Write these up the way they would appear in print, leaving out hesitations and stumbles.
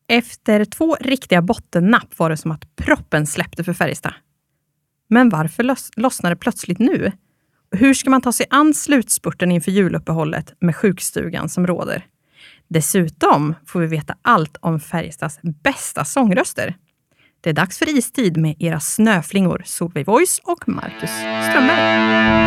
Efter 2 riktiga bottennapp var det som att proppen släppte för Färjestad. Men varför lossnade det plötsligt nu? Hur ska man ta sig an slutspurten inför juluppehållet med sjukstugan som råder? Dessutom får vi veta allt om Färjestads bästa sångröster. Det är dags för istid med era snöflingor Solveig Voice och Marcus Strömberg.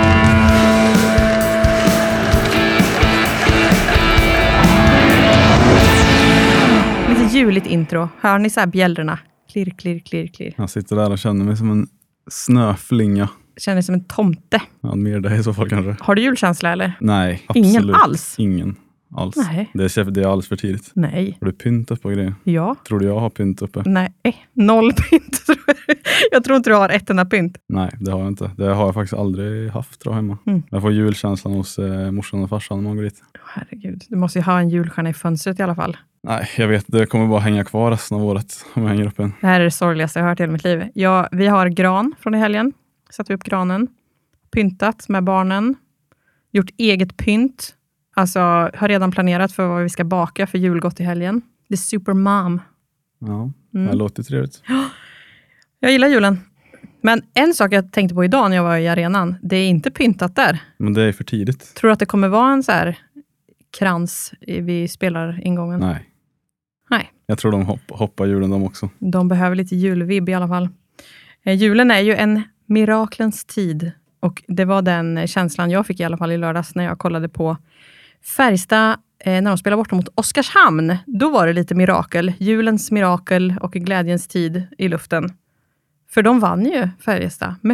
Lite juligt intro. Hör ni så här bjällrorna? Klirr, klirr, klirr, klirr. Jag sitter där och känner mig som en snöflinga. Känner som en tomte. Ja, mer det i så fall kanske. Har du julkänsla eller? Nej, absolut. Ingen alls? Ingen alls. Nej. Det är alldeles för tidigt. Nej. Har du pynt upp på grejer? Ja. Tror du jag har pynt uppe? Nej, 0 pynt tror jag. Jag tror inte du har ett enda pynt. Nej, det har jag inte. Det har jag faktiskt aldrig haft tror jag, hemma. Jag får julkänslan hos morsan och farsan när man går dit. Herregud, du måste ju ha en julstjärna i fönstret i alla fall. Nej, jag vet. Det kommer bara hänga kvar resten av året om jag hänger upp en. Det här är det sorgligaste jag har hört i hela mitt liv. Ja, vi har gran från i helgen. Satt vi upp granen. Pyntat med barnen. Gjort eget pynt. Alltså, har redan planerat för vad vi ska baka för julgott i helgen. The super mom. Ja, det låter trevligt. Jag gillar julen. Men en sak jag tänkte på idag när jag var i arenan. Det är inte pyntat där. Men det är för tidigt. Tror du att det kommer vara en så här krans vid spelaringången? Nej. Jag tror de hoppar julen de också. De behöver lite julvibb i alla fall. Julen är ju en miraklens tid. Och det var den känslan jag fick i alla fall i lördags när jag kollade på Färjestad när de spelade borta mot Oskarshamn. Då var det lite mirakel. Julens mirakel och glädjens tid i luften. För de vann ju Färjestad med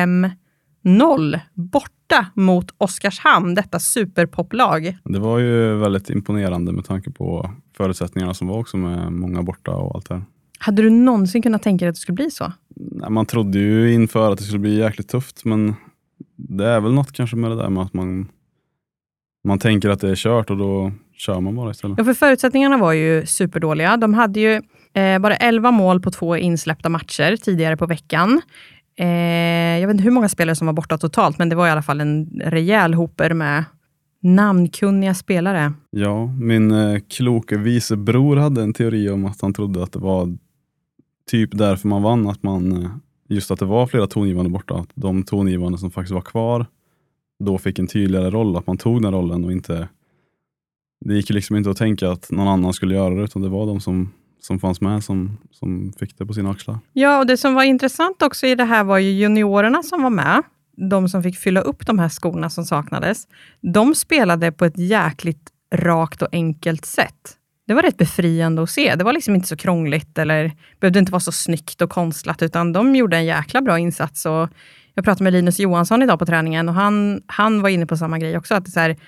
5-0 borta mot Oskarshamn. Detta superpoplag. Det var ju väldigt imponerande med tanke på förutsättningarna som var också med många borta och allt det här. Hade du någonsin kunnat tänka dig att det skulle bli så? Nej, man trodde ju inför att det skulle bli jäkligt tufft, men det är väl något kanske med det där med att man tänker att det är kört och då kör man bara istället. Ja, för förutsättningarna var ju superdåliga. De hade ju bara 11 mål på 2 insläppta matcher tidigare på veckan. Jag vet inte hur många spelare som var borta totalt, men det var i alla fall en rejäl hoper med namnkunniga spelare. Ja, min kloke vice bror hade en teori om att han trodde att det var typ därför man vann, att just att det var flera tongivande borta, att de tongivande som faktiskt var kvar då fick en tydligare roll, att man tog den rollen och inte, det gick ju liksom inte att tänka att någon annan skulle göra det, utan det var de som fanns med som fick det på sina axlar. Ja, och det som var intressant också i det här var ju juniorerna som var med, de som fick fylla upp de här skorna som saknades. De spelade på ett jäkligt rakt och enkelt sätt. Det var rätt befriande att se. Det var liksom inte så krångligt eller behövde inte vara så snyggt och konstlat, utan de gjorde en jäkla bra insats. Och jag pratade med Linus Johansson idag på träningen och han var inne på samma grej också, att det så här,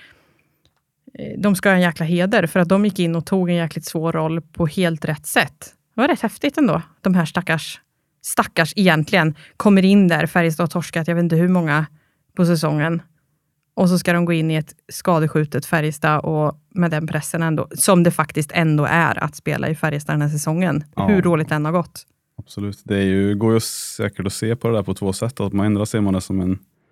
de ska ha en jäkla heder för att de gick in och tog en jäkligt svår roll på helt rätt sätt. Det var rätt häftigt ändå. De här stackars egentligen kommer in där, Färjestad har torskat, jag vet inte hur många på säsongen. Och så ska de gå in i ett skadeskjutet Färjestad och med den pressen ändå, som det faktiskt ändå är att spela i Färjestad den här säsongen. Ja. Hur dåligt den har gått. Absolut. Det går ju säkert att se på det där på 2 sätt. Att man ändå ser man det som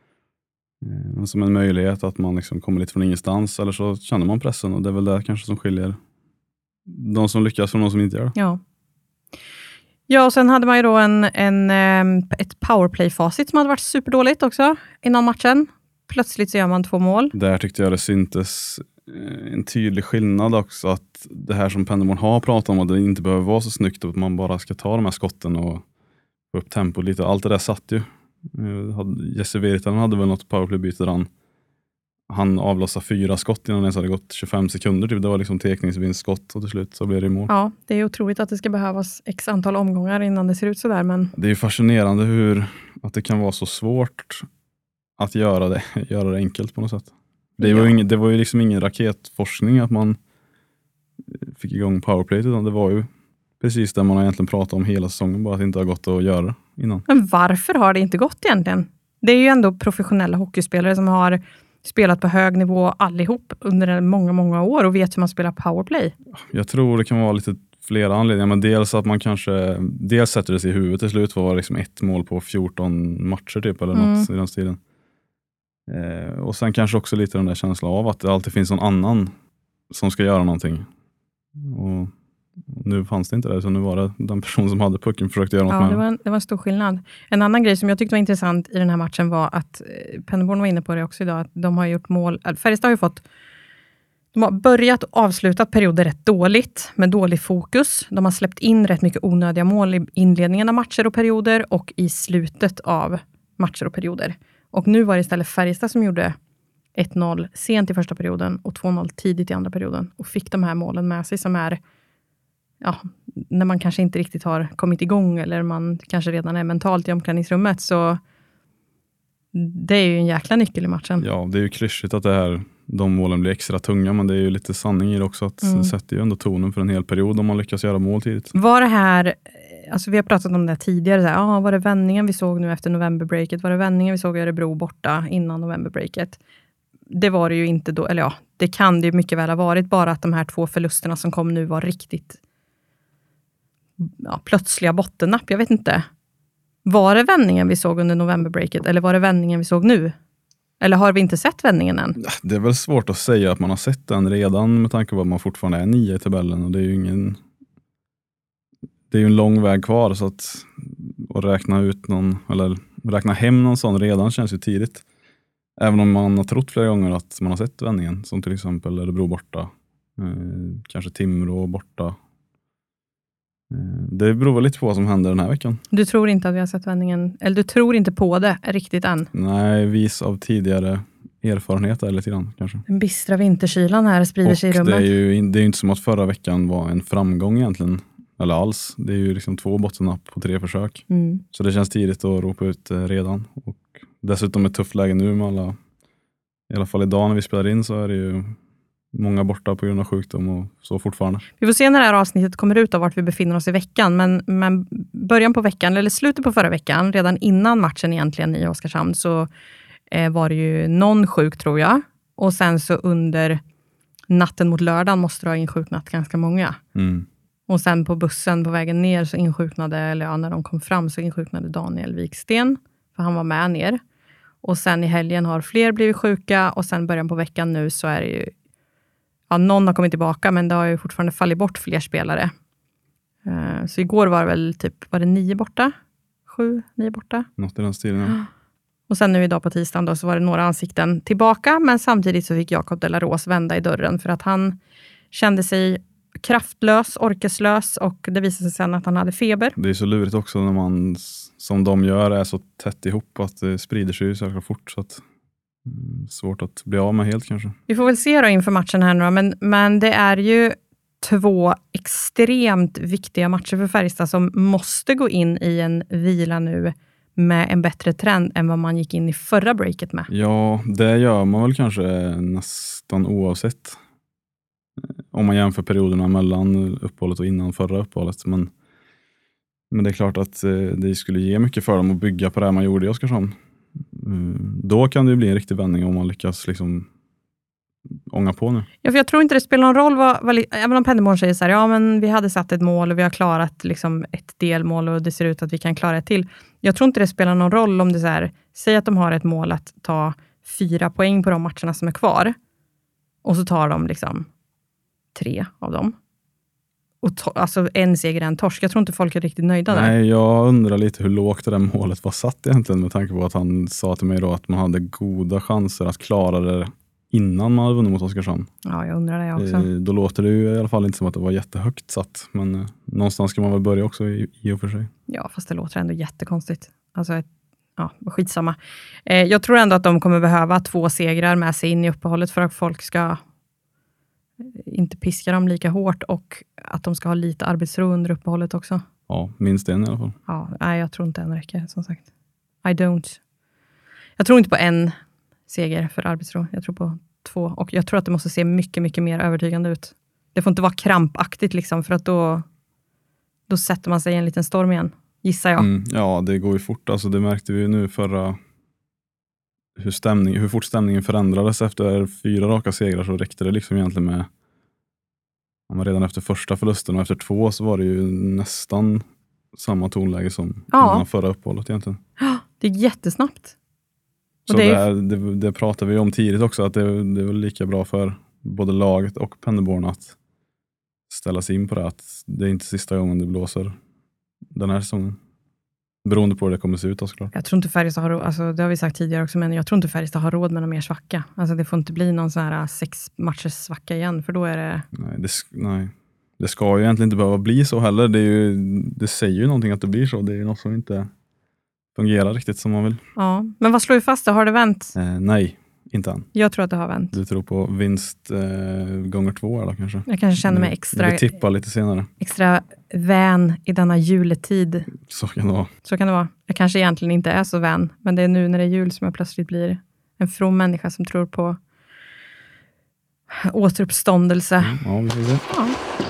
en möjlighet att man liksom kommer lite från ingenstans, eller så känner man pressen, och det är väl det kanske som skiljer de som lyckas från de som inte gör det. Ja, och sen hade man ju då ett powerplay-facit som hade varit superdåligt också innan matchen. Plötsligt så gör man 2 mål. Där tyckte jag det syntes en tydlig skillnad också, att det här som Penderborn har pratat om, att det inte behöver vara så snyggt, att man bara ska ta de här skotten och få upp tempo lite. Allt det där satt ju. Jesse Virtanen hade väl något powerplay-byte där han avlossade 4 skott innan det hade gått 25 sekunder. Typ. Det var liksom tekningsvinstskott och till slut så blev det mål. Ja, det är otroligt att det ska behövas x antal omgångar innan det ser ut sådär. Men det är ju fascinerande att det kan vara så svårt att göra det enkelt på något sätt. Det var ju liksom ingen raketforskning att man fick igång powerplay, utan det var ju precis det man har egentligen pratat om hela säsongen, bara att det inte har gått att göra innan. Men varför har det inte gått egentligen? Det är ju ändå professionella hockeyspelare som har spelat på hög nivå allihop under många, många år och vet hur man spelar powerplay. Jag tror det kan vara lite flera anledningar, men dels att man dels sätter det sig i huvudet till slut, var liksom 1 mål på 14 matcher typ, eller något i den stilen. Och sen kanske också lite den där känslan av att det alltid finns någon annan som ska göra någonting. Och Nu fanns det inte det, så nu var det den person som hade pucken försökte göra något med. Det var en stor skillnad. En annan grej som jag tyckte var intressant i den här matchen var att Pennerborn var inne på det också idag, att de har gjort mål. Färjestad har ju fått, de har börjat och avslutat perioder rätt dåligt, med dålig fokus. De har släppt in rätt mycket onödiga mål i inledningen av matcher och perioder och i slutet av matcher och perioder. Och nu var det istället Färjestad som gjorde 1-0 sent i första perioden och 2-0 tidigt i andra perioden. Och fick de här målen med sig som är, när man kanske inte riktigt har kommit igång eller man kanske redan är mentalt i omklädningsrummet, så det är ju en jäkla nyckel i matchen. Ja, det är ju klyschigt att de målen blir extra tunga, men det är ju lite sanning i det också, att det sätter ju ändå tonen för en hel period om man lyckas göra mål tidigt. Var det här, alltså vi har pratat om det tidigare, så här, var det vändningen vi såg nu efter novemberbreaket? Var det vändningen vi såg i Örebro borta innan novemberbreaket? Det var det ju inte då, eller det kan det ju mycket väl ha varit, bara att de här 2 förlusterna som kom nu var riktigt plötsliga bottennapp, jag vet inte. Var det vändningen vi såg under novemberbreaket, eller var det vändningen vi såg nu? Eller har vi inte sett vändningen än? Det är väl svårt att säga att man har sett den redan, med tanke på att man fortfarande är 9 i tabellen, och det är ju en lång väg kvar, så att räkna ut eller räkna hem någon sån redan känns ju tidigt. Även om man har trott flera gånger att man har sett vändningen, som till exempel Örebro borta, kanske Timrå borta. Det beror väl lite på vad som händer den här veckan. Du tror inte att vi har sett vändningen, eller du tror inte på det riktigt än? Nej, vis av tidigare erfarenhet eller lite grann kanske. Den bistra vinterkylan här sprider sig i rummet. Det är ju inte som att förra veckan var en framgång egentligen, eller alls. Det är ju liksom 2 bottennapp på 3 försök. Så det känns tidigt att ropa ut redan. Och dessutom ett tufft läge nu med alla, i alla fall idag när vi spelar in, så är det ju många borta på grund av sjukdom och så fortfarande. Vi får se när det här avsnittet kommer ut av vart vi befinner oss i veckan. Men början på veckan, eller slutet på förra veckan, redan innan matchen egentligen i Oskarshamn, så var det ju någon sjuk, tror jag. Och sen så under natten mot lördagen måste det ha insjuknat ganska många. Och sen på bussen på vägen ner så insjuknade, eller när de kom fram så insjuknade Daniel Wiksten, för han var med ner. Och sen i helgen har fler blivit sjuka, och sen början på veckan nu så är det ju, någon har kommit tillbaka, men det har ju fortfarande fallit bort fler spelare. Så igår var det väl var det 9 borta? 7-9 borta? Något i den stilen, ja. Och sen nu idag på tisdagen då, så var det några ansikten tillbaka, men samtidigt så fick Jakob Delaros vända i dörren, för att han kände sig kraftlös, orkeslös, och det visade sig sen att han hade feber. Det är så lurigt också när man, som de gör, är så tätt ihop att det sprider sig så här fort, så att svårt att bli av med helt kanske. Vi får väl se då inför matchen här nu, men det är ju 2 extremt viktiga matcher för Färjestad som måste gå in i en vila nu med en bättre trend än vad man gick in i förra breaket med. Ja, det gör man väl kanske nästan oavsett. Om man jämför perioderna mellan uppehållet och innan förra uppehållet. Men det är klart att det skulle ge mycket för dem att bygga på det man gjorde i Oskarshamn. Då kan det ju bli en riktig vändning om man lyckas liksom ånga på nu. Ja, för jag tror inte det spelar någon roll även om Pennerborn säger så här, men vi hade satt ett mål och vi har klarat liksom ett delmål och det ser ut att vi kan klara ett till. Jag tror inte det spelar någon roll om det så här, säg att de har ett mål att ta 4 poäng på de matcherna som är kvar, och så tar de liksom 3 av dem. Och alltså en seger, en torsk. Jag tror inte folk är riktigt nöjda där. Nej, jag undrar lite hur lågt det där målet var satt egentligen, med tanke på att han sa till mig då att man hade goda chanser att klara det innan man hade vunnit mot Oskarshamn. Ja, jag undrar det också. Då låter det ju i alla fall inte som att det var jättehögt satt, men någonstans ska man väl börja också i och för sig. Ja, fast det låter ändå jättekonstigt. Alltså, skitsamma. Jag tror ändå att de kommer behöva 2 segrar med sig in i uppehållet för att folk ska inte piska dem lika hårt, och att de ska ha lite arbetsro under uppehållet också. Ja, minst en i alla fall. Ja, nej, jag tror inte en räcker, som sagt. Jag tror inte på en seger för arbetsro. Jag tror på 2. Och jag tror att det måste se mycket, mycket mer övertygande ut. Det får inte vara krampaktigt liksom, för att då sätter man sig i en liten storm igen, gissar jag. Ja, det går ju fort. Alltså, det märkte vi ju nu förra... Hur fort stämningen förändrades efter 4 raka segrar, så räckte det liksom egentligen med... Redan efter första förlusten och efter 2 så var det ju nästan samma tonläge som förra uppehållet egentligen. Ja, det är jättesnabbt. Så det pratar vi om tidigt också, att det är väl lika bra för både laget och Pennerborn att ställa sig in på det, att det är inte sista gången det blåser den här säsongen. Beroende på hur det kommer se ut då, såklart. Jag tror inte Färjestad har råd, alltså det har vi sagt tidigare också, men jag tror inte Färjestad har råd med någon mer svacka. Alltså det får inte bli någon sån här 6 matchers svacka igen, för då är det... Nej, det ska ju egentligen inte behöva bli så heller. Det säger ju någonting att det blir så. Det är ju något som inte fungerar riktigt som man vill. Ja, men vad slår vi fast då? Har det vänt? Nej, inte än. Jag tror att det har vänt. Du tror på vinst gånger 2 eller kanske? Jag kanske känner mig extra... Vi tippar lite senare. Extra vän i denna juletid. Så kan det vara. Så kan det vara. Jag kanske egentligen inte är så vän, men det är nu när det är jul som jag plötsligt blir en from människa som tror på återuppståndelse. Ja, vi får se. Ja.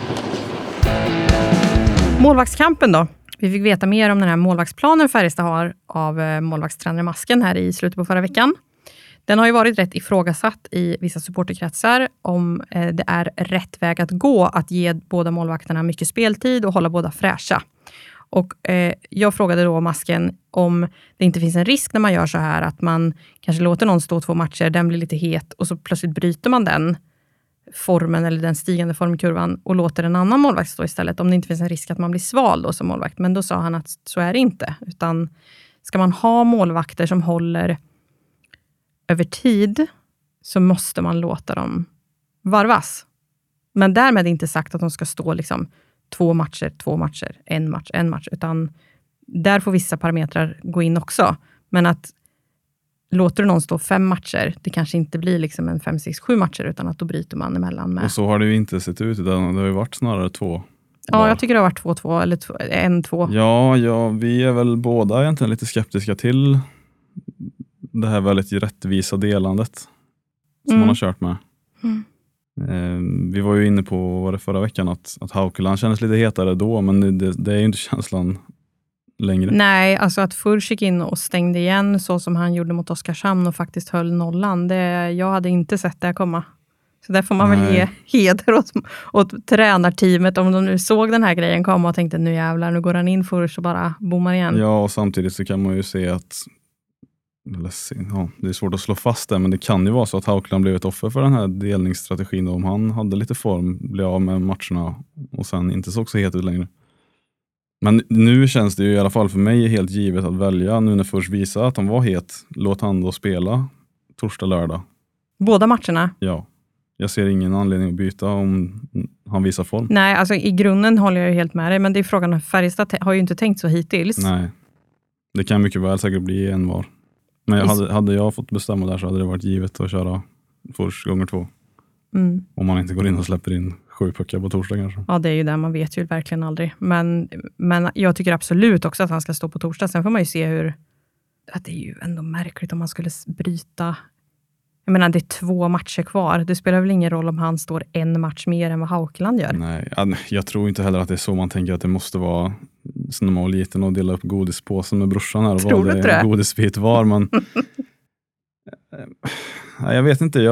Målvaktskampen då. Vi fick veta mer om den här målvaktsplanen Färjestad har av målvaktstränare Masken här i slutet på förra veckan. Den har ju varit rätt ifrågasatt i vissa supporterkretsar om det är rätt väg att gå att ge båda målvakterna mycket speltid och hålla båda fräscha. Och jag frågade då Masken om det inte finns en risk när man gör så här att man kanske låter någon stå 2 matcher, den blir lite het och så plötsligt bryter man den formen eller den stigande formkurvan och låter en annan målvakt stå istället, om det inte finns en risk att man blir sval då som målvakt. Men då sa han att så är det inte, utan ska man ha målvakter som håller över tid så måste man låta dem varvas. Men därmed inte sagt att de ska stå liksom 2 matcher, en match, utan där får vissa parametrar gå in också. Men att låter du någon stå 5 matcher, det kanske inte blir liksom en 5, 6, 7 matcher, utan att då bryter man emellan med. Och så har det ju inte sett ut, utan det har ju varit snarare 2. Ja, jag tycker det har varit 2-2 eller 1-2. Ja, vi är väl båda egentligen lite skeptiska till det här väldigt rättvisa delandet som man har kört med. Vi var ju inne på förra veckan att Haukeland kändes lite hetare då, men det är ju inte känslan längre. Nej, alltså att Furs gick in och stängde igen så som han gjorde mot Oskarshamn och faktiskt höll nollan, jag hade inte sett det komma. Så där får man väl ge heder åt tränarteamet om de nu såg den här grejen komma och tänkte nu jävlar, nu går han in Furs och bara bommar igen. Ja, och samtidigt så kan man ju se att det är svårt att slå fast det, men det kan ju vara så att Haukeland blev ett offer för den här delningsstrategin då, om han hade lite form, blev av med matcherna och sen inte såg så het ut längre. Men nu känns det ju i alla fall för mig helt givet att välja, nu när Furs visar att han var het, låt han då spela torsdag, lördag. Båda matcherna? Ja. Jag ser ingen anledning att byta om han visar form. Nej, alltså i grunden håller jag helt med dig, men det är frågan, Färjestad har ju inte tänkt så hittills. Nej, det kan mycket väl säkert bli en var. Men hade jag fått bestämma där så hade det varit givet att köra Furs gånger 2. Om man inte går in och släpper in 7 puckar på torsdag kanske. Ja, det är ju det. Man vet ju verkligen aldrig. Men jag tycker absolut också att han ska stå på torsdag. Sen får man ju se att det är ju ändå märkligt om man skulle bryta. Jag menar, det är 2 matcher kvar. Det spelar väl ingen roll om han står 1 match mer än vad Haukeland gör. Nej, jag tror inte heller att det är så man tänker att det måste vara som när man var liten och dela upp godispåsen med brorsan här och tror vad det godisbit var. Men jag vet inte,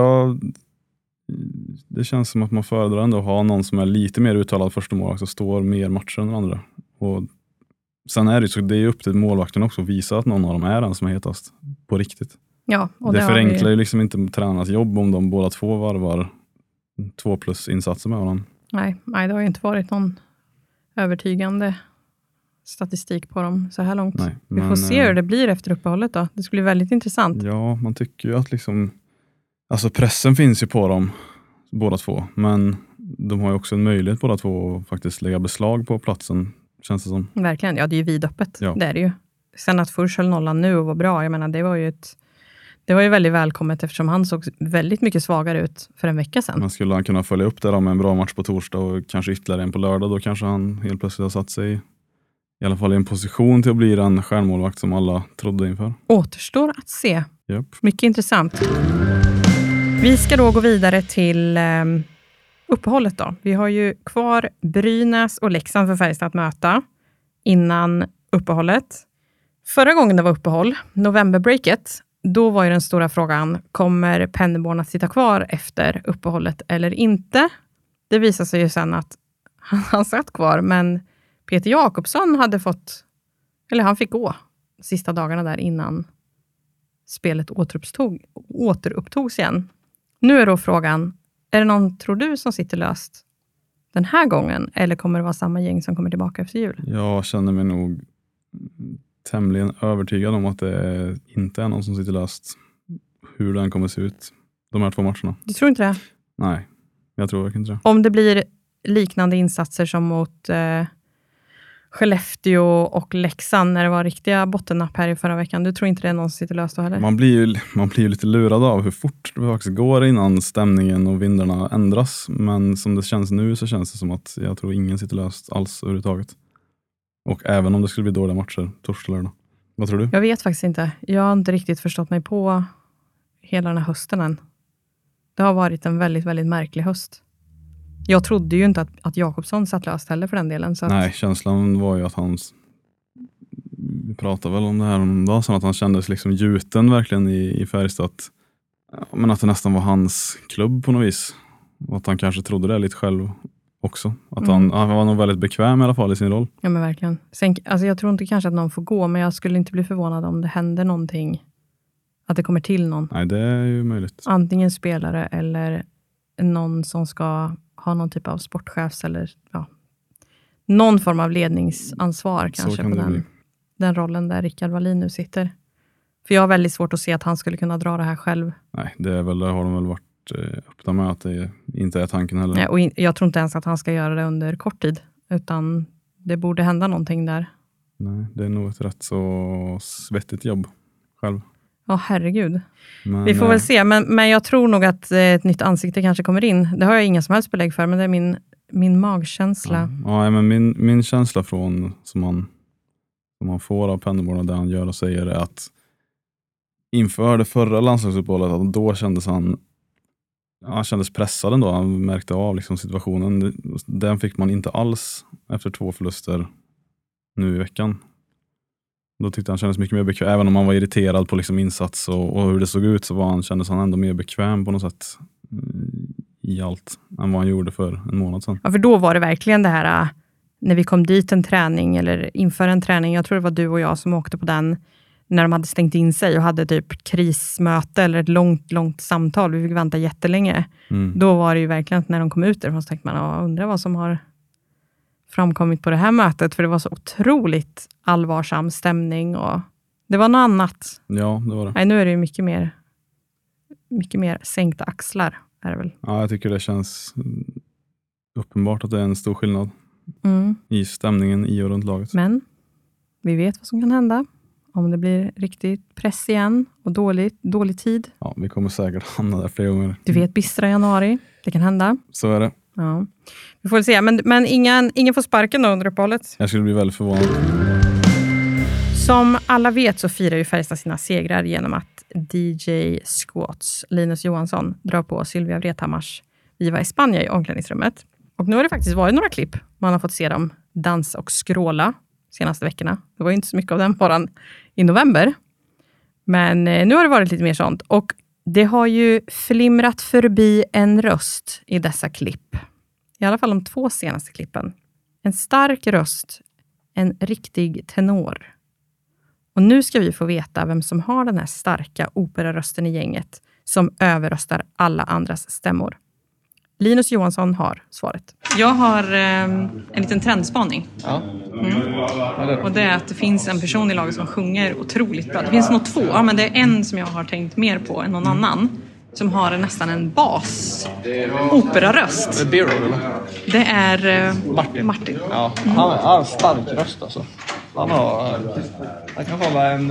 det känns som att man föredrar ändå att ha någon som är lite mer uttalad första målvakt och står mer matcher än andra. Och sen är det är upp till målvakten också att visa att någon av dem är den som är hetast på riktigt. Ja, och det förenklar ju liksom inte tränarnas jobb om de båda 2 varvar 2+ insatser med varandra. Nej, det har ju inte varit någon övertygande statistik på dem så här långt. Nej, vi får se hur det blir efter uppehållet då. Det skulle bli väldigt intressant. Ja, man tycker ju att liksom, alltså pressen finns ju på dem båda 2, men de har ju också en möjlighet båda 2 att faktiskt lägga beslag på platsen, känns det som. Verkligen, ja, det är ju vidöppet. Ja. Det är det ju. Sen att Furs höll nollan nu och var bra, jag menar, det var ju väldigt välkommet eftersom han såg väldigt mycket svagare ut för en vecka sedan. Men skulle han kunna följa upp det då med en bra match på torsdag och kanske ytterligare en på lördag, då kanske han helt plötsligt har satt sig i alla fall i en position till att bli den stjärnmålvakt som alla trodde inför. Återstår att se. Yep. Mycket intressant. Vi ska då gå vidare till uppehållet då. Vi har ju kvar Brynäs och Leksand för Färjestad att möta innan uppehållet. Förra gången det var uppehåll, novemberbreaket, då var ju den stora frågan, kommer Pennerborn att sitta kvar efter uppehållet eller inte? Det visade sig ju sen att han satt kvar, men Peter Jakobsson han fick gå sista dagarna där innan spelet återupptogs igen. Nu är då frågan, är det någon, tror du, som sitter löst den här gången? Eller kommer det vara samma gäng som kommer tillbaka efter jul? Jag känner mig nog tämligen övertygad om att det inte är någon som sitter löst hur den kommer se ut de här 2 matcherna. Du tror inte det? Nej, jag tror verkligen inte det. Om det blir liknande insatser som mot Skellefteå och Leksand när det var riktiga bottennapp här i förra veckan. Du tror inte det är någon som sitter löst då heller? Man blir ju lite lurad av hur fort det faktiskt går innan stämningen och vindarna ändras. Men som det känns nu så känns det som att jag tror ingen sitter löst alls överhuvudtaget. Och även om det skulle bli dåliga matcher, torsdag lördag. Vad tror du? Jag vet faktiskt inte. Jag har inte riktigt förstått mig på hela den här hösten än. Det har varit en väldigt, väldigt märklig höst. Jag trodde ju inte att Jakobsson satt löst heller för den delen. Så att... Nej, känslan var ju att vi pratade väl om det här om dagen, så att han kändes liksom gjuten verkligen i Färjestad. Men att det nästan var hans klubb på något vis. Och att han kanske trodde det lite själv också. Att han var nog väldigt bekväm i alla fall i sin roll. Ja, men verkligen. Sen, alltså jag tror inte kanske att någon får gå, men jag skulle inte bli förvånad om det händer någonting. Att det kommer till någon. Nej, det är ju möjligt. Antingen spelare eller någon som ska ha någon typ av sportchefs eller någon form av ledningsansvar kanske kan på den rollen där Rickard Wallin nu sitter. För jag har väldigt svårt att se att han skulle kunna dra det här själv. Nej, det har de väl varit öppna med att det inte är tanken heller. Nej, och jag tror inte ens att han ska göra det under kort tid. Utan det borde hända någonting där. Nej, det är nog ett rätt så svettigt jobb själv. Ja, herregud. Men, vi får väl se. Men jag tror nog att ett nytt ansikte kanske kommer in. Det har jag inga som helst belägg för, men det är min magkänsla. Ja, men min känsla från som man får av Pennerborn, där han gör och säger, är att inför det förra landslagsuppehållet, att då kändes han kändes pressad ändå. Han märkte av liksom situationen. Den fick man inte alls efter 2 förluster nu i veckan. Då tyckte han kändes mycket mer bekväm. Även om han var irriterad på liksom insats och hur det såg ut, så kändes han ändå mer bekväm på något sätt i allt än vad han gjorde för en månad sedan. Ja, för då var det verkligen det här när vi kom dit en träning eller inför en träning. Jag tror det var du och jag som åkte på den när de hade stängt in sig och hade typ krismöte eller ett långt samtal. Vi fick vänta jättelänge. Då var det ju verkligen att när de kom ut därifrån så tänkte man, undrar vad som har framkommit på det här mötet, för det var så otroligt allvarsam stämning och det var något annat. Ja, det var det. Nej, nu är det ju mycket mer sänkta axlar är det väl. Ja, jag tycker det känns uppenbart att det är en stor skillnad i stämningen i och runt laget. Men vi vet vad som kan hända om det blir riktigt press igen och dålig tid. Ja, vi kommer säkert hamna där flera gånger. Du vet, bistra januari, det kan hända. Så är det. Ja. Vi får se, men ingen får sparken då under uppehållet. Jag skulle bli väldigt förvånad. Som alla vet så firar ju Färjestad sina segrar genom att DJ Squats, Linus Johansson, drar på Sylvia Vrethammars Viva España i omklädningsrummet. Och nu har det faktiskt varit några klipp. Man har fått se dem dansa och skråla senaste veckorna. Det var ju inte så mycket av den bara i november. Men nu har det varit lite mer sånt. Och det har ju flimrat förbi en röst i dessa klipp. I alla fall de 2 senaste klippen. En stark röst. En riktig tenor. Och nu ska vi få veta vem som har den här starka operarösten i gänget. Som överröstar alla andras stämmor. Linus Johansson har svaret. Jag har en liten trendspaning. Ja. Och det är att det finns en person i laget som sjunger otroligt bra. Det finns nog 2, men det är en som jag har tänkt mer på än någon annan. Som har nästan en bas-operaröst. Det är Biro, eller? Det är Martin. Ja, han har en stark röst alltså. Han kan hålla en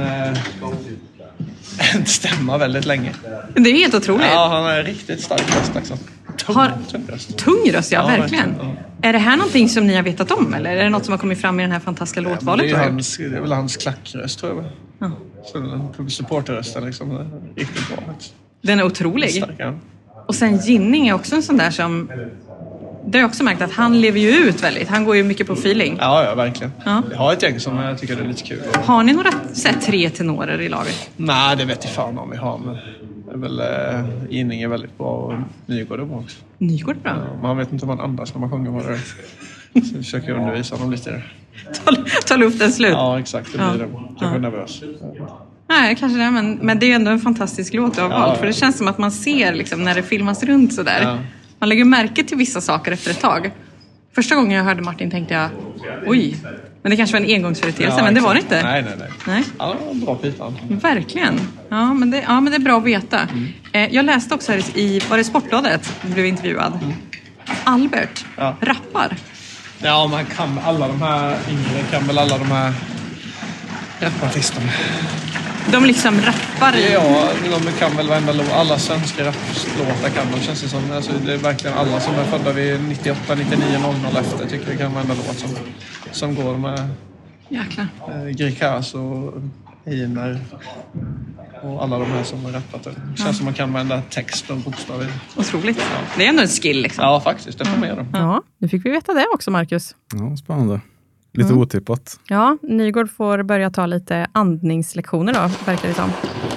stämma väldigt länge. Det är helt otroligt. Ja, han är riktigt stark röst liksom. Tung röst. Tung röst, ja, verkligen. Ja. Är det här någonting som ni har vetat om, eller är det något som har kommit fram i den här fantastiska låtvalet? Det är väl hans klackröst, tror jag. Ja. Så den supporterrösten liksom är riktigt bra. Den är otrolig. Stark, ja. Och sen Ginning är också en sån där som... Det har jag också märkt att han lever ju ut väldigt. Han går ju mycket på feeling. Ja, verkligen. Ja. Jag har ett gäng som jag tycker är lite kul. Har ni några 3 tenorer i laget? Nej, det vet jag fan om vi har. Men det är väl Ginning är väldigt bra och Nygård är bra också. Nygård är bra? Ja, man vet inte vad man andas när man sjunger vad det är. Så jag försöker undervisa dem lite. Ta luften slut. Ja, exakt. Det blir det. Jag är nervös. Nej, kanske det. Men det är ändå en fantastisk låt du har valt. För det känns som att man ser liksom, när det filmas runt sådär. Ja. Man lägger märke till vissa saker efter ett tag. Första gången jag hörde Martin tänkte jag, oj, men det kanske var en engångsföreteelse, men det var det inte. Nej. Ja, bra pipan. Verkligen. Ja, men det är bra att veta. Jag läste också här var det Sportbladet blev intervjuad. Albert rappar. Ja, man kan alla de här yngre, kan väl alla de här rapartisterna. De liksom rappar i... Ja, de kan väl varenda låt. Alla svenska rapplåtar kan de, känns det som. Alltså, det är verkligen alla som är födda vid 98, 99, 00 efter tycker vi kan varenda låt som går med Grikas och Einar och alla de här som har rappat. Det känns som man kan varenda text och bokstav. Otroligt. Ja. Det är ändå en skill liksom. Ja, faktiskt. Det får man göra. Ja, nu fick vi veta det också, Marcus. Ja, spännande. Lite otippat. Ja, Nygård får börja ta lite andningslektioner då, verkar det som.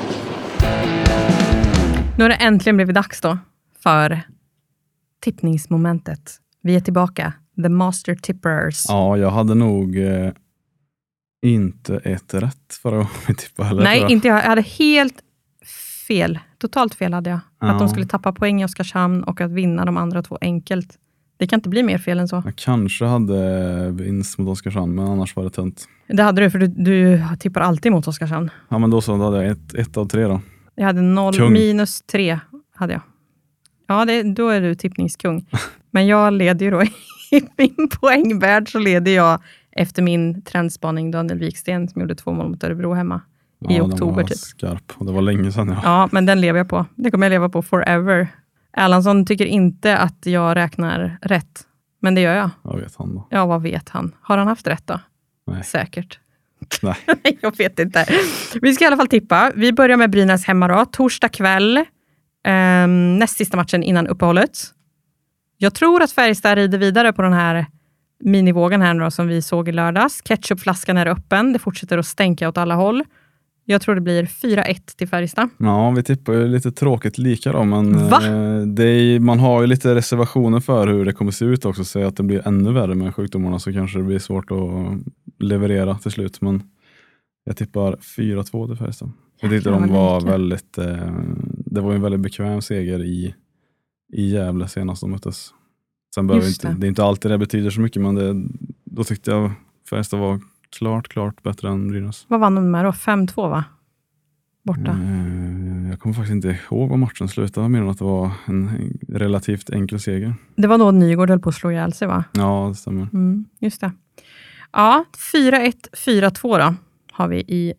Nu har det äntligen blivit dags då för tippningsmomentet. Vi är tillbaka. The Master Tippers. Ja, jag hade nog inte ett rätt förra gången vi tippade heller. Nej, inte jag. Jag hade helt fel. Totalt fel hade jag. Att de skulle tappa poäng i Oskarshamn och att vinna de andra 2 enkelt. Det kan inte bli mer fel än så. Jag kanske hade vinst mot Oskarshamn, men annars var det tunt. Det hade du, för du tippar alltid mot Oskarshamn. Ja, men då så hade jag ett av 3 då. Jag hade 0 minus 3 hade jag. Ja, då är du tippningskung. Men jag leder ju då i min poängvärld, så leder jag efter min trendspaning Daniel Wiksten som gjorde 2 mål mot Örebro hemma i oktober typ. Skarp, och det var länge sedan. Ja, men den lever jag på. Det kommer jag leva på forever. Erlandsson tycker inte att jag räknar rätt. Men det gör jag. Vad vet han då? Ja, vad vet han? Har han haft rätt då? Nej. Säkert. Nej. Jag vet inte. Vi ska i alla fall tippa. Vi börjar med Brynäs hemma då. Torsdag kväll. Näst sista matchen innan uppehållet. Jag tror att Färjestad rider vidare på den här minivågen här nu då, som vi såg i lördags. Ketchupflaskan är öppen. Det fortsätter att stänka åt alla håll. Jag tror det blir 4-1 till Färjestad. Ja, vi tippar ju lite tråkigt lika då, men man har ju lite reservationer för hur det kommer se ut också. Så att det blir ännu värre med sjukdomarna, så kanske det blir svårt att leverera till slut. Men jag tippar 4-2 till Färjestad. Jag tyckte de var väldigt... det var en väldigt bekväm seger i Gävle senast de möttes. Sen behöver det är inte alltid det betyder så mycket, men då tyckte jag Färjestad var klart bättre än Brynäs. Vad vann de med då? 5-2 va? Borta. Jag kommer faktiskt inte ihåg vad matchen slutade, mer än att det var en relativt enkel seger. Det var då Nygård höll på att slå ihjäl sig va? Ja, det stämmer. Just det. Ja, 4-1, 4-2 då har vi i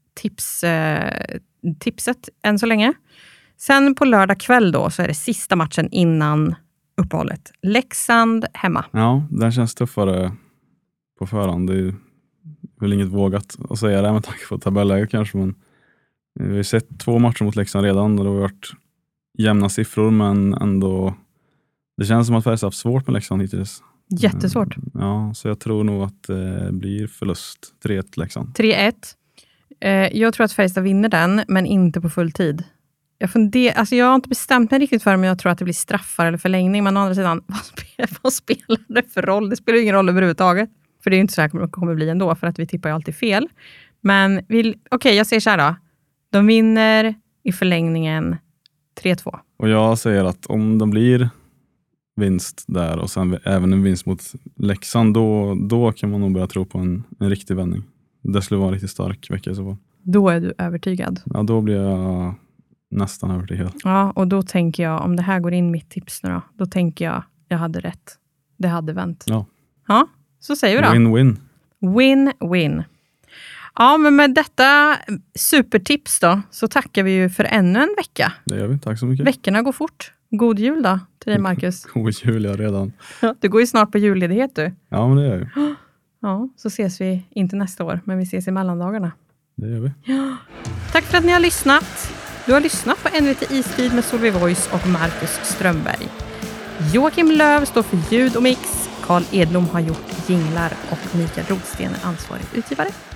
tipset än så länge. Sen på lördag kväll då så är det sista matchen innan uppehållet. Leksand hemma. Ja, den känns tuffare på förhand. Det är väl inget vågat att säga det med tanke på tabelläget kanske, men vi har sett 2 matcher mot Leksand redan och det har varit jämna siffror, men ändå det känns som att Färjestad har haft svårt med Leksand hittills. Jättesvårt. Ja, så jag tror nog att det blir förlust. 3-1 Leksand. 3-1. Jag tror att Färjestad vinner den, men inte på full tid. Jag har inte bestämt mig riktigt för om jag tror att det blir straffar eller förlängning, men å andra sidan, vad spelar det för roll? Det spelar ingen roll överhuvudtaget. För det är ju inte så här det kommer bli ändå, för att vi tippar ju alltid fel. Men jag säger så här då. De vinner i förlängningen 3-2. Och jag säger att om de blir vinst där och sen även en vinst mot Leksand, då kan man nog börja tro på en riktig vändning. Det skulle vara en riktigt stark vecka i så fall. Då är du övertygad? Ja, då blir jag nästan övertygad. Ja, och då tänker jag, om det här går in mitt tips nu då tänker jag hade rätt. Det hade vänt. Ja, så säger vi då. Win-win. Win-win. Ja, men med detta supertips då så tackar vi ju för ännu en vecka. Det gör vi, tack så mycket. Veckorna går fort. God jul då till dig, Marcus. God jul, jag redan. Du går ju snart på julledighet du. Ja, men det gör jag. Ja, så ses vi inte nästa år, men vi ses i mellandagarna. Det gör vi. Ja. Tack för att ni har lyssnat. Du har lyssnat på NVT Istid med Solveig Voice och Marcus Strömberg. Joakim Löv står för ljud och mix. Carl Edlom har gjort jinglar och Mikael Rodsten är ansvarig utgivare.